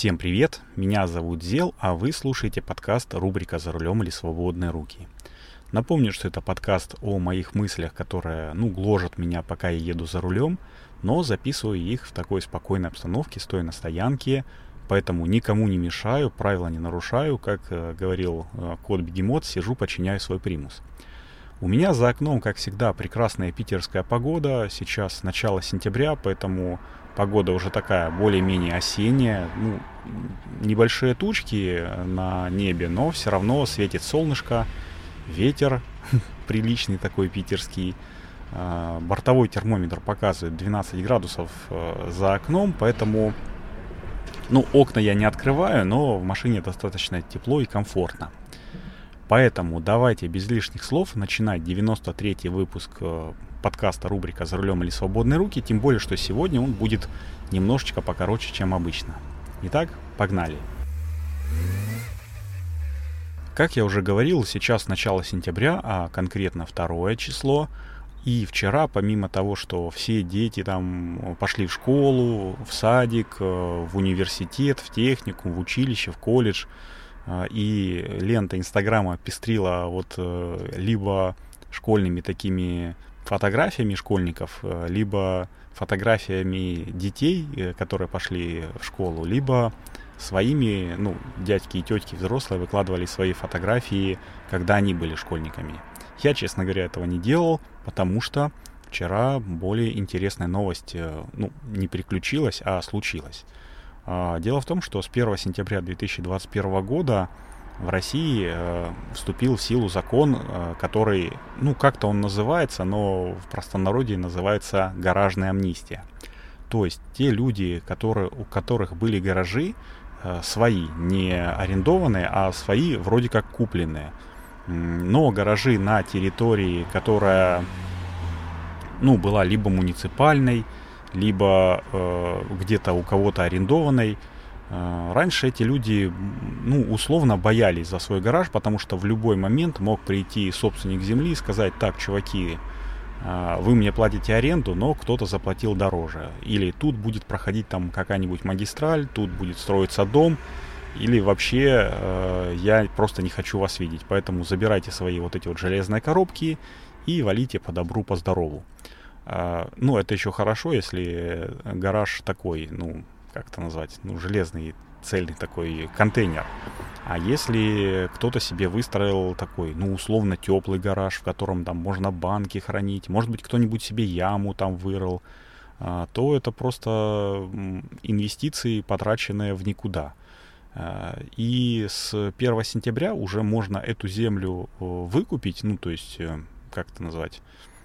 Всем привет, меня зовут Зел, а вы слушаете подкаст рубрика «За рулем или свободные руки». Напомню, что это подкаст о моих мыслях, которые, гложат меня, пока я еду за рулем, но записываю их в такой спокойной обстановке, стоя на стоянке, поэтому никому не мешаю, правила не нарушаю, как говорил кот-бегемот, сижу, подчиняю свой примус. У меня за окном, как всегда, прекрасная питерская погода, сейчас начало сентября, поэтому погода уже такая более-менее осенняя, небольшие тучки на небе, но все равно светит солнышко, ветер приличный такой питерский, бортовой термометр показывает 12 градусов за окном, поэтому, окна я не открываю, но в машине достаточно тепло и комфортно. Поэтому давайте без лишних слов начинать 93-й выпуск подкаста рубрика «За рулем или свободные руки», тем более, что сегодня он будет немножечко покороче, чем обычно. Итак, погнали! Как я уже говорил, сейчас начало сентября, а конкретно 2 число. И вчера, помимо того, что все дети там пошли в школу, в садик, в университет, в техникум, в училище, в колледж, и лента Инстаграма пестрила либо школьными такими фотографиями школьников, либо фотографиями детей, которые пошли в школу, либо своими, дядьки и тетки взрослые выкладывали свои фотографии, когда они были школьниками. Я, честно говоря, этого не делал, потому что вчера более интересная новость, не приключилась, а случилась. Дело в том, что с 1 сентября 2021 года в России вступил в силу закон, который, как-то он называется, но в простонародье называется гаражная амнистия. То есть те люди, у которых были гаражи свои, не арендованные, а свои вроде как купленные. Но гаражи на территории, которая, была либо муниципальной, либо где-то у кого-то арендованной. Раньше эти люди, условно боялись за свой гараж, потому что в любой момент мог прийти собственник земли и сказать: так, чуваки, вы мне платите аренду, но кто-то заплатил дороже. Или тут будет проходить там какая-нибудь магистраль, тут будет строиться дом, или вообще я просто не хочу вас видеть. Поэтому забирайте свои эти железные коробки и валите по добру, по здорову. Это еще хорошо, если гараж такой, как это назвать, железный, цельный такой контейнер. А если кто-то себе выстроил такой, условно теплый гараж, в котором там можно банки хранить, может быть, кто-нибудь себе яму там вырыл, то это просто инвестиции, потраченные в никуда. И с 1 сентября уже можно эту землю выкупить, то есть, как это назвать,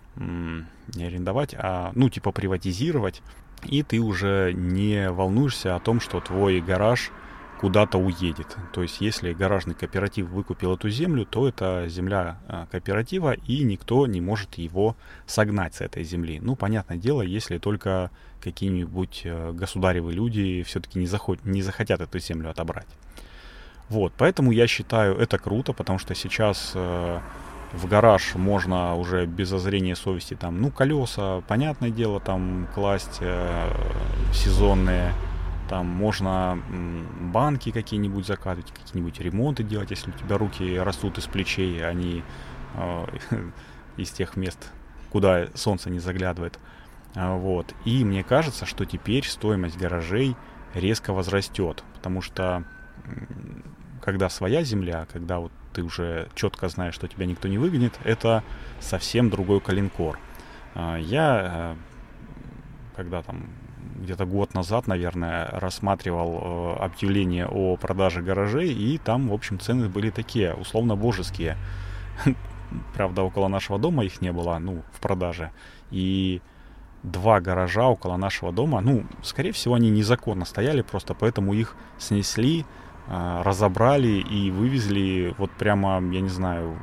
не арендовать, а, приватизировать, и ты уже не волнуешься о том, что твой гараж куда-то уедет. То есть, если гаражный кооператив выкупил эту землю, то это земля кооператива, и никто не может его согнать с этой земли. Понятное дело, если только какие-нибудь государевы люди все-таки не захотят эту землю отобрать. Поэтому я считаю это круто, потому что сейчас в гараж можно уже без зазрения совести там, колеса, понятное дело, там класть сезонные, там можно банки какие-нибудь закатывать, какие-нибудь ремонты делать, если у тебя руки растут из плечей, а не из тех мест, куда солнце не заглядывает. И мне кажется, что теперь стоимость гаражей резко возрастет, потому что когда своя земля, когда ты уже четко знаешь, что тебя никто не выгонит, это совсем другой калинкор. Я, когда там где-то год назад, наверное, рассматривал объявление о продаже гаражей, и там, в общем, цены были такие, условно божеские. Правда, около нашего дома их не было, в продаже. И 2 гаража около нашего дома, скорее всего, они незаконно стояли, просто поэтому их снесли, разобрали и вывезли прямо, я не знаю,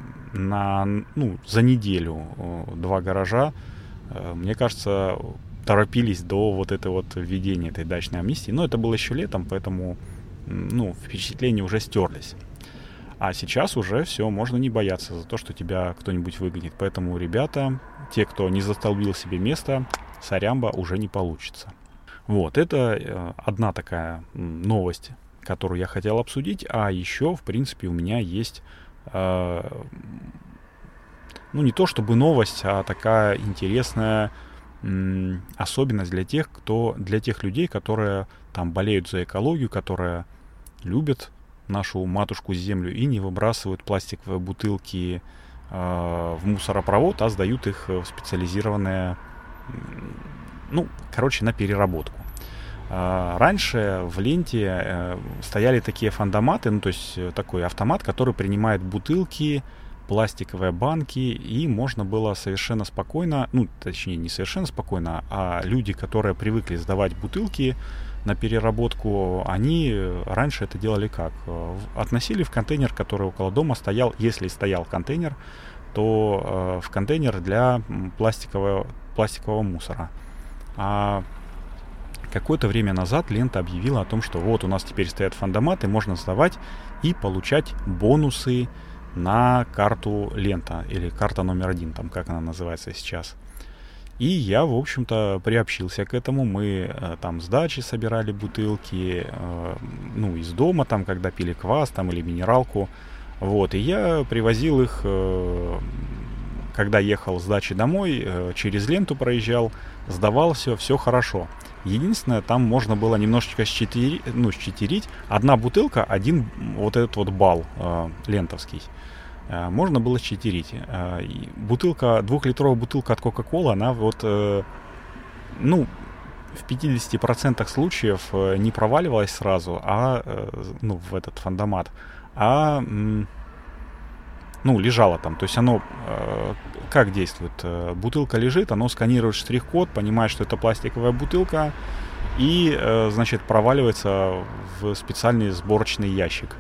за неделю 2 гаража. Мне кажется, торопились до введения этой дачной амнистии. Но это было еще летом, поэтому впечатления уже стерлись. А сейчас уже все, можно не бояться за то, что тебя кто-нибудь выгонит. Поэтому, ребята, те, кто не застолбил себе место, сорямба, уже не получится. Вот, это одна такая новость, которую я хотел обсудить. А еще, в принципе, у меня есть, ну, не то чтобы новость, а такая интересная особенность для тех людей, которые там болеют за экологию, которые любят нашу матушку землю и не выбрасывают пластиковые бутылки в мусоропровод, а сдают их в специализированные, ну, короче, на переработку. Раньше в ленте стояли такие фандоматы, ну, то есть такой автомат, который принимает бутылки, пластиковые банки, и можно было совершенно спокойно, ну, точнее, не совершенно спокойно, а люди, которые привыкли сдавать бутылки на переработку, они раньше это делали как? Относили в контейнер, который около дома стоял, если стоял контейнер, то в контейнер для пластикового мусора. А какое-то время назад лента объявила о том, что вот у нас теперь стоят фандоматы, можно сдавать и получать бонусы на карту лента, или карта номер 1, там как она называется сейчас. И я, в общем-то, приобщился к этому. Мы там с дачи собирали бутылки, ну, из дома, там, когда пили квас, там, или минералку. Вот, и я привозил их, когда ехал с дачи домой, через ленту проезжал, сдавал все хорошо. Единственное, там можно было немножечко считерить. Одна бутылка, один вот этот вот балл лентовский. Можно было считерить. Двухлитровая бутылка от Coca-Cola, она вот, ну, в 50% случаев не проваливалась сразу, ну, в этот фандомат, ну, лежала там. То есть оно как действует? Бутылка лежит, оно сканирует штрих-код, понимает, что это пластиковая бутылка, и, значит, проваливается в специальный сборочный ящик.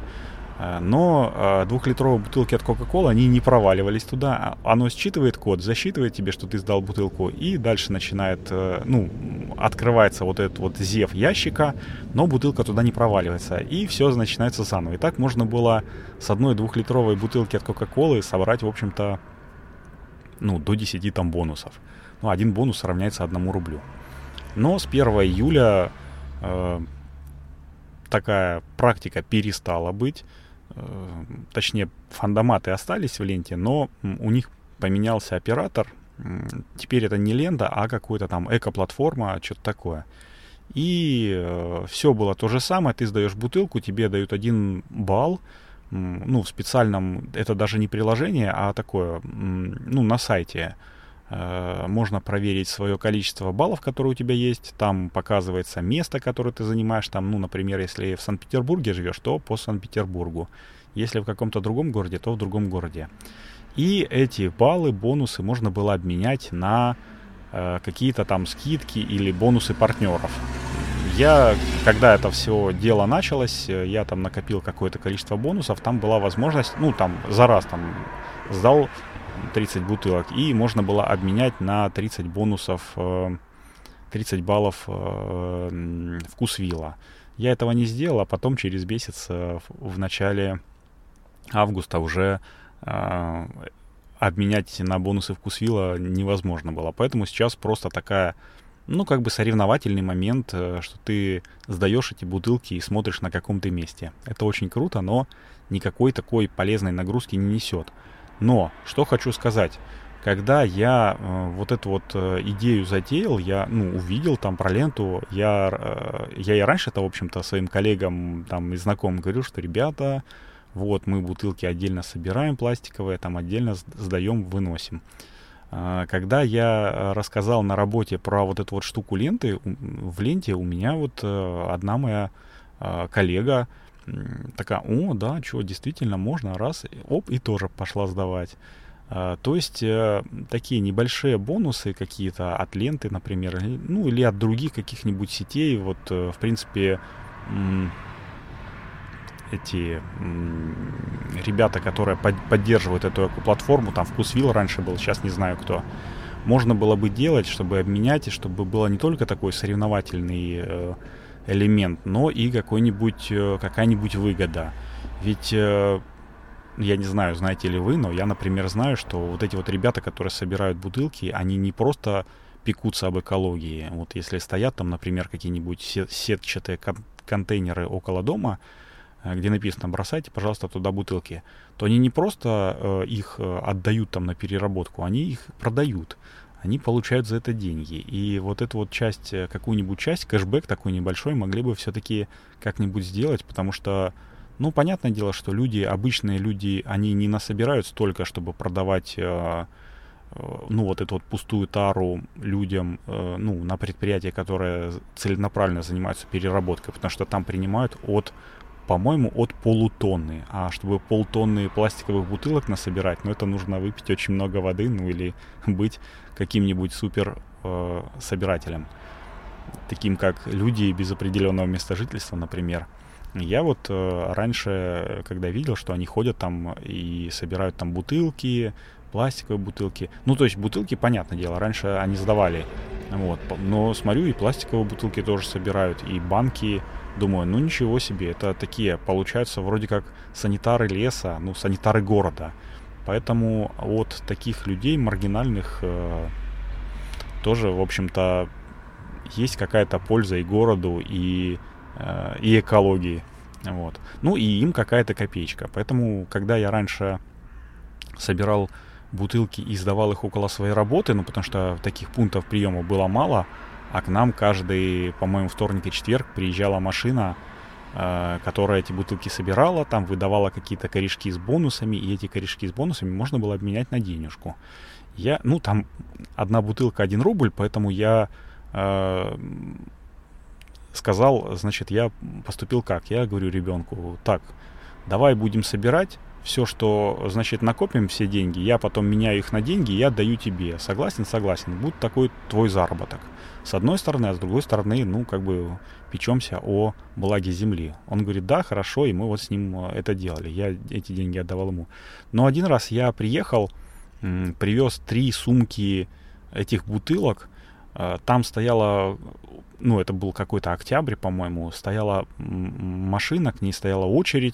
Но двухлитровые бутылки от Coca-Cola, они не проваливались туда. Оно считывает код, засчитывает тебе, что ты сдал бутылку, и дальше начинает, ну, открывается вот этот вот зев ящика, но бутылка туда не проваливается. И все начинается заново. И так можно было с одной двухлитровой бутылки от Coca-Cola собрать, в общем-то, ну, до 10 там бонусов. Ну, один бонус равняется 1 рублю. Но с 1 июля такая практика перестала быть. Точнее, фандоматы остались в ленте, но у них поменялся оператор. Теперь это не лента, а какая-то там эко-платформа, что-то такое. И все было то же самое. Ты сдаешь бутылку, тебе дают 1 балл. Ну, в специальном, это даже не приложение, а такое, ну, на сайте. Можно проверить свое количество баллов, которые у тебя есть. Там показывается место, которое ты занимаешь. Там, ну, например, если в Санкт-Петербурге живешь, то по Санкт-Петербургу. Если в каком-то другом городе, то в другом городе. И эти баллы, бонусы можно было обменять на какие-то там скидки или бонусы партнеров. Когда это все дело началось, я там накопил какое-то количество бонусов. Там была возможность, ну, там за раз там сдал 30 бутылок, и можно было обменять на 30 бонусов, 30 баллов вкусвилла. Я этого не сделал, а потом через месяц, в начале августа, уже обменять на бонусы вкусвилла невозможно было. Поэтому сейчас просто такая, ну, как бы соревновательный момент, что ты сдаешь эти бутылки и смотришь, на каком ты месте. Это очень круто, но никакой такой полезной нагрузки не несет. Но, что хочу сказать, когда я вот эту вот идею затеял, я, ну, увидел там про ленту, я и раньше-то, в общем-то, своим коллегам там и знакомым говорил, что, ребята, вот мы бутылки отдельно собираем пластиковые, там отдельно сдаем, выносим. Когда я рассказал на работе про вот эту вот штуку ленты, в ленте у меня вот одна моя коллега такая: о, да, что, действительно можно, раз, оп, и тоже пошла сдавать. То есть такие небольшие бонусы какие-то от ленты, например, ну, или от других каких-нибудь сетей, вот, в принципе, эти ребята, которые поддерживают эту платформу, там вкусвилл раньше был, сейчас не знаю кто, можно было бы делать, чтобы обменять, и чтобы было не только такой соревновательный элемент, но и какая-нибудь выгода. Ведь я не знаю, знаете ли вы, но я, например, знаю, что вот эти вот ребята, которые собирают бутылки, они не просто пекутся об экологии. Вот если стоят там, например, какие-нибудь сетчатые контейнеры около дома, где написано «бросайте, пожалуйста, туда бутылки», то они не просто их отдают там на переработку, они их продают. Они получают за это деньги. И вот эту вот часть, какую-нибудь часть, кэшбэк такой небольшой, могли бы все-таки как-нибудь сделать, потому что, ну, понятное дело, что люди, обычные люди, они не насобирают столько, чтобы продавать, ну, вот эту вот пустую тару людям, ну, на предприятии, которые целенаправленно занимаются переработкой, потому что там принимают по-моему, от полутонны. А чтобы полтонны пластиковых бутылок насобирать, ну, это нужно выпить очень много воды, ну, или быть каким-нибудь супер собирателем. Таким, как люди без определенного места жительства, например. Я вот раньше, когда видел, что они ходят там и собирают там бутылки, пластиковые бутылки. Ну, то есть бутылки, понятное дело, раньше они сдавали. Вот. Но смотрю, и пластиковые бутылки тоже собирают, и банки. Думаю, ну ничего себе, это такие, получаются вроде как санитары леса, ну, санитары города. Поэтому от таких людей маргинальных тоже, в общем-то, есть какая-то польза и городу, и экологии. Вот. Ну и им какая-то копеечка. Поэтому, когда я раньше собирал бутылки и сдавал их около своей работы, ну потому что таких пунктов приема было мало, а к нам каждый, по-моему, вторник и четверг приезжала машина, которая эти бутылки собирала, там выдавала какие-то корешки с бонусами, и эти корешки с бонусами можно было обменять на денежку. Ну, там одна бутылка 1 рубль, поэтому я сказал, значит, я поступил как? Я говорю ребенку, так, давай будем собирать все, что, значит, накопим все деньги, я потом меняю их на деньги, я отдаю тебе. Согласен? Согласен. Будет такой твой заработок. С одной стороны, а с другой стороны, ну, как бы печемся о благе земли. Он говорит, да, хорошо, и мы вот с ним это делали. Я эти деньги отдавал ему. Но один раз я приехал, привез 3 сумки этих бутылок. Там стояла, ну, это был какой-то октябрь, по-моему, стояла машина, к ней стояла очередь,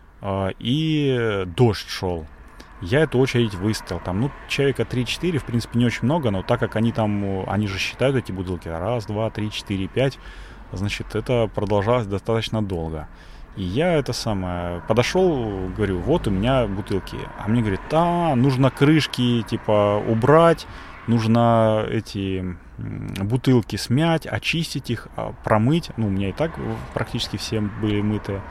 и дождь шел. Я эту очередь выстоял. Там, ну, человека 3-4, в принципе, не очень много, но так как они там, они же считают эти бутылки. 1, 2, 3, 4, 5. Значит, это продолжалось достаточно долго. И я это самое, подошел, говорю, вот у меня бутылки. А мне говорит, нужно крышки, типа, убрать, нужно эти бутылки смять, очистить их, промыть. Ну, у меня и так практически все были мытые.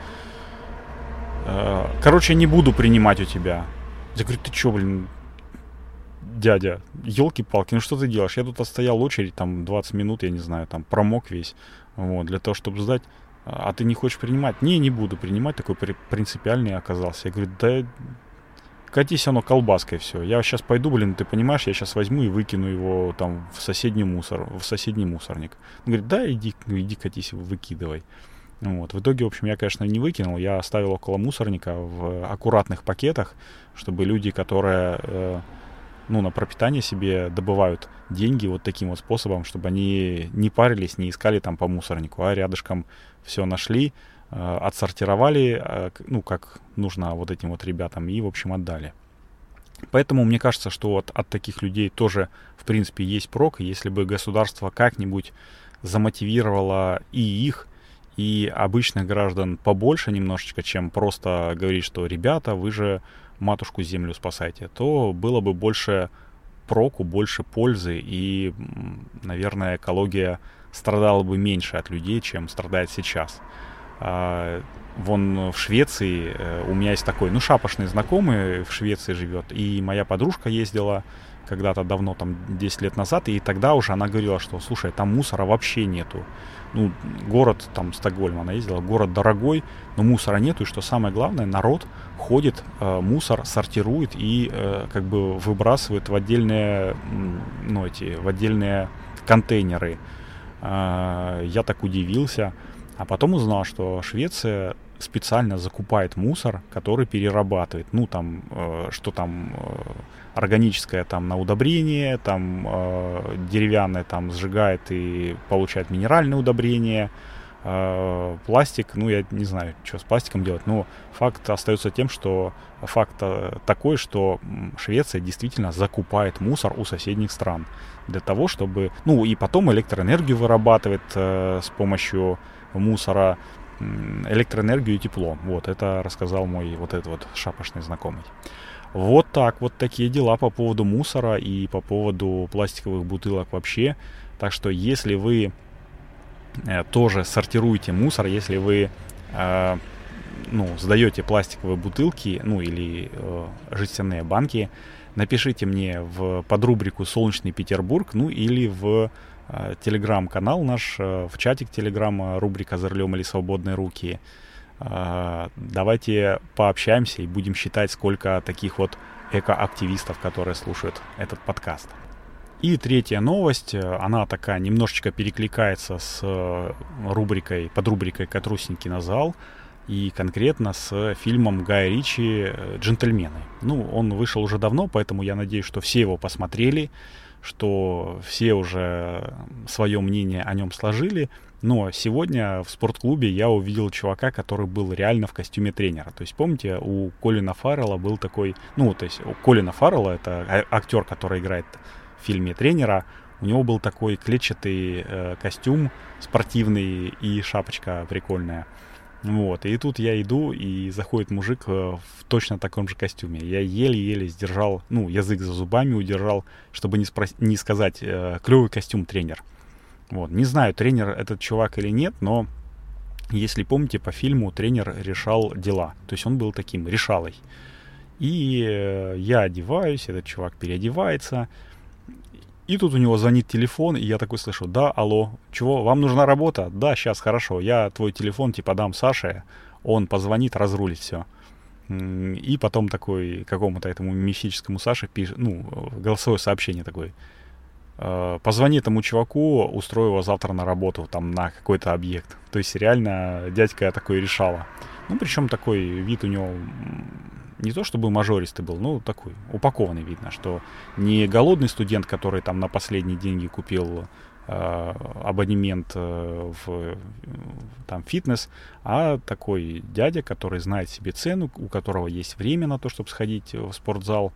Короче, не буду принимать у тебя. Я говорю, ты чё, блин, дядя, елки-палки, ну что ты делаешь? Я тут отстоял очередь, там, 20 минут, я не знаю, там, промок весь, вот, для того, чтобы сдать. А ты не хочешь принимать? Не буду принимать, такой принципиальный оказался. Я говорю, да катись оно колбаской все. Я сейчас пойду, блин, ты понимаешь, я сейчас возьму и выкину его там в соседний мусорник. Он говорит, да, иди катись, выкидывай. Вот. В итоге, в общем, я, конечно, не выкинул, я оставил около мусорника в аккуратных пакетах, чтобы люди, которые, ну, на пропитание себе добывают деньги вот таким вот способом, чтобы они не парились, не искали там по мусорнику, а рядышком все нашли, отсортировали, ну, как нужно вот этим вот ребятам, и, в общем, отдали. Поэтому мне кажется, что от таких людей тоже, в принципе, есть прок. Если бы государство как-нибудь замотивировало и их, и обычных граждан побольше немножечко, чем просто говорить, что ребята, вы же матушку землю спасаете, то было бы больше проку, больше пользы, и, наверное, экология страдала бы меньше от людей, чем страдает сейчас. Вон в Швеции у меня есть такой, ну, шапошный знакомый в Швеции живет, и моя подружка ездила когда-то давно, там, 10 лет назад, и тогда уже она говорила, что, слушай, там мусора вообще нету. Ну, город, там, Стокгольм она ездила, город дорогой, но мусора нету, и что самое главное, народ ходит, мусор сортирует и как бы выбрасывает в отдельные, ну, в отдельные контейнеры. Я так удивился, а потом узнал, что Швеция специально закупает мусор, который перерабатывает. Ну, там, что там органическое там на удобрение, там деревянное там сжигает и получает минеральное удобрение. Пластик, ну, я не знаю, что с пластиком делать, но факт остается тем, что факт такой, что Швеция действительно закупает мусор у соседних стран для того, чтобы, ну, и потом электроэнергию вырабатывает с помощью мусора, электроэнергию и тепло. Вот, это рассказал мой вот этот вот шапошный знакомый. Вот так, вот такие дела по поводу мусора и по поводу пластиковых бутылок вообще. Так что если вы тоже сортируете мусор, если вы сдаете пластиковые бутылки, ну или жестяные банки, напишите мне в подрубрику «Солнечный Петербург», ну или в телеграм-канал наш, в чатик телеграма, рубрика «За рулем или свободные руки». Давайте пообщаемся и будем считать, сколько таких вот экоактивистов, которые слушают этот подкаст. И третья новость, она такая немножечко перекликается с подрубрикой «Катрусин кинозал», и конкретно с фильмом Гая Ричи «Джентльмены». Ну, он вышел уже давно, поэтому я надеюсь, что все его посмотрели, что все уже свое мнение о нем сложили. Но сегодня в спортклубе я увидел чувака, который был реально в костюме тренера. То есть, помните, у Колина Фаррелла был такой... Ну, то есть, у Колина Фаррелла, это актер, который играет в фильме тренера, у него был такой клетчатый костюм спортивный и шапочка прикольная. Вот, и тут я иду, и заходит мужик в точно таком же костюме. Я еле-еле сдержал, язык за зубами удержал, чтобы не сказать «клевый костюм, тренер». Вот, не знаю, тренер этот чувак или нет, но если помните, по фильму тренер решал дела. То есть он был таким решалой. И я одеваюсь, этот чувак переодевается. И тут у него звонит телефон, и я такой слышу: да, алло, чего, вам нужна работа? Да, сейчас, хорошо, я твой телефон дам Саше, он позвонит, разрулит все. И потом такой какому-то этому мифическому Саше пишет, голосовое сообщение такое: позвони этому чуваку, устрой его завтра на работу, там, на какой-то объект. То есть реально дядька такой решала. Причем такой вид у него... Не то чтобы мажористый был, такой упакованный, видно, что не голодный студент, который там на последние деньги купил абонемент в фитнес, а такой дядя, который знает себе цену, у которого есть время на то, чтобы сходить в спортзал.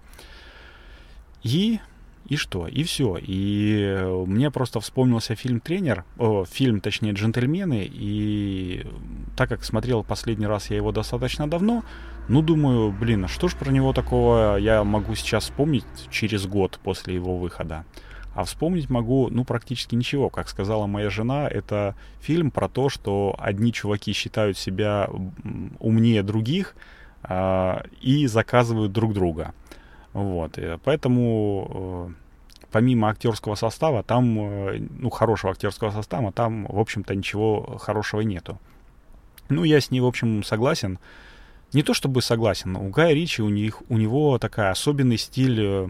И что? И все. И мне просто вспомнился фильм «Джентльмены», и так как смотрел последний раз я его достаточно давно, думаю, что ж про него такого я могу сейчас вспомнить через год после его выхода. А вспомнить могу, практически ничего. Как сказала моя жена, это фильм про то, что одни чуваки считают себя умнее других и заказывают друг друга. Вот, поэтому помимо актерского состава, там, хорошего актерского состава, там, в общем-то, ничего хорошего нету. Я с ней, в общем, согласен. Не то чтобы согласен, у Гая Ричи у него такая особенный стиль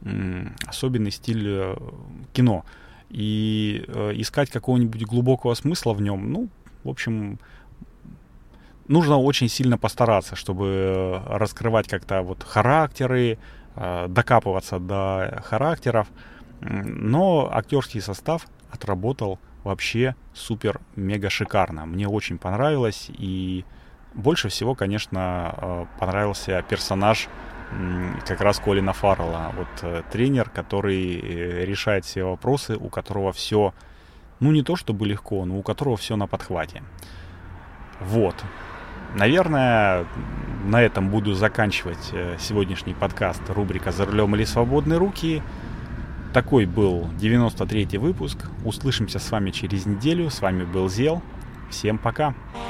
кино. И искать какого-нибудь глубокого смысла в нем, в общем... Нужно очень сильно постараться, чтобы раскрывать как-то характеры, докапываться до характеров. Но актерский состав отработал вообще супер-мега шикарно. Мне очень понравилось. И больше всего, конечно, понравился персонаж как раз Колина Фаррелла. Вот тренер, который решает все вопросы, у которого все, не то чтобы легко, но у которого все на подхвате. Вот. Наверное, на этом буду заканчивать сегодняшний подкаст, рубрика «За рулем или свободные руки». Такой был 93-й выпуск. Услышимся с вами через неделю. С вами был Зел. Всем пока.